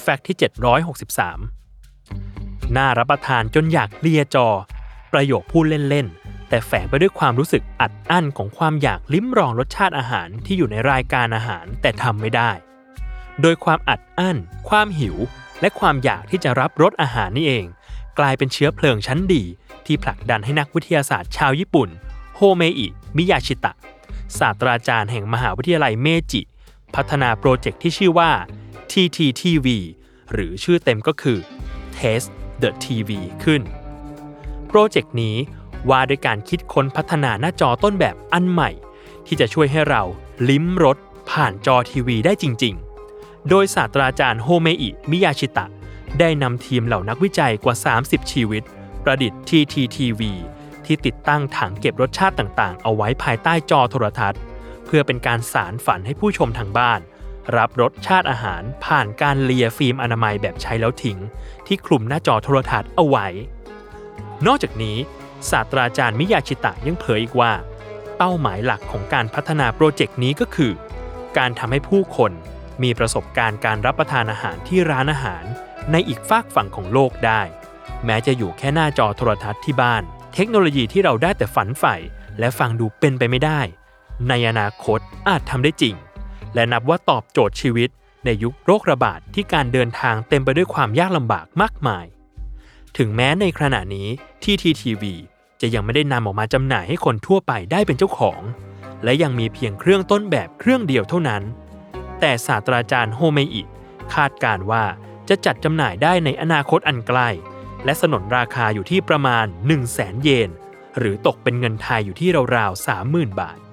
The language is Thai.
แฟกต์ที่763น่ารับประทานจนอยากเลียจอประโยคพูดเล่นๆแต่แฝงไปด้วยความรู้สึกอัดอั้นของความอยากลิ้มลองรสชาติอาหารที่อยู่ในรายการอาหารแต่ทำไม่ได้โดยความอัดอั้นความหิวและความอยากที่จะรับรสอาหารนี่เองกลายเป็นเชื้อเพลิงชั้นดีที่ผลักดันให้นักวิทยาศาสตร์ชาวญี่ปุ่นโฮเมอิมิยาชิตะศาสตราจารย์แห่งมหาวิทยาลัยเมจิพัฒนาโปรเจกต์ที่ชื่อว่า TTTV หรือชื่อเต็มก็คือ Taste the TV ขึ้นโปรเจกต์นี้ว่าด้วยการคิดค้นพัฒนาหน้าจอต้นแบบอันใหม่ที่จะช่วยให้เราลิ้มรสผ่านจอทีวีได้จริงๆโดยศาสตราจารย์โฮเมอิมิยาชิตะได้นำทีมเหล่านักวิจัยกว่า30ชีวิตประดิษฐ์ TTTV ที่ติดตั้งถังเก็บรสชาติต่างๆเอาไว้ภายใต้จอโทรทัศน์เพื่อเป็นการสานฝันให้ผู้ชมทางบ้านรับรสชาติอาหารผ่านการเลียฟิล์มอนามัยแบบใช้แล้วทิ้งที่คลุมหน้าจอโทรทัศน์เอาไว้นอกจากนี้ศาสตราจารย์มิยาชิตะยังเผยอีกว่าเป้าหมายหลักของการพัฒนาโปรเจกต์นี้ก็คือการทำให้ผู้คนมีประสบการณ์การรับประทานอาหารที่ร้านอาหารในอีกฝากฝั่งของโลกได้แม้จะอยู่แค่หน้าจอโทรทัศน์ที่บ้านเทคโนโลยีที่เราได้แต่ฝันใฝ่และฟังดูเป็นไปไม่ได้ในอนาคตอาจทำได้จริงและนับว่าตอบโจทย์ชีวิตในยุคโรคระบาดที่การเดินทางเต็มไปด้วยความยากลำบากมากมายถึงแม้ในขณะนี้ TTTV จะยังไม่ได้นำออกมาจำหน่ายให้คนทั่วไปได้เป็นเจ้าของและยังมีเพียงเครื่องต้นแบบเครื่องเดียวเท่านั้นแต่ศาสตราจารย์โฮเมอิคาดการณ์ว่าจะจัดจำหน่ายได้ในอนาคตอันใกล้และสนนราคาอยู่ที่ประมาณ 100,000 เยนหรือตกเป็นเงินไทยอยู่ที่ราวๆ 30,000 บาท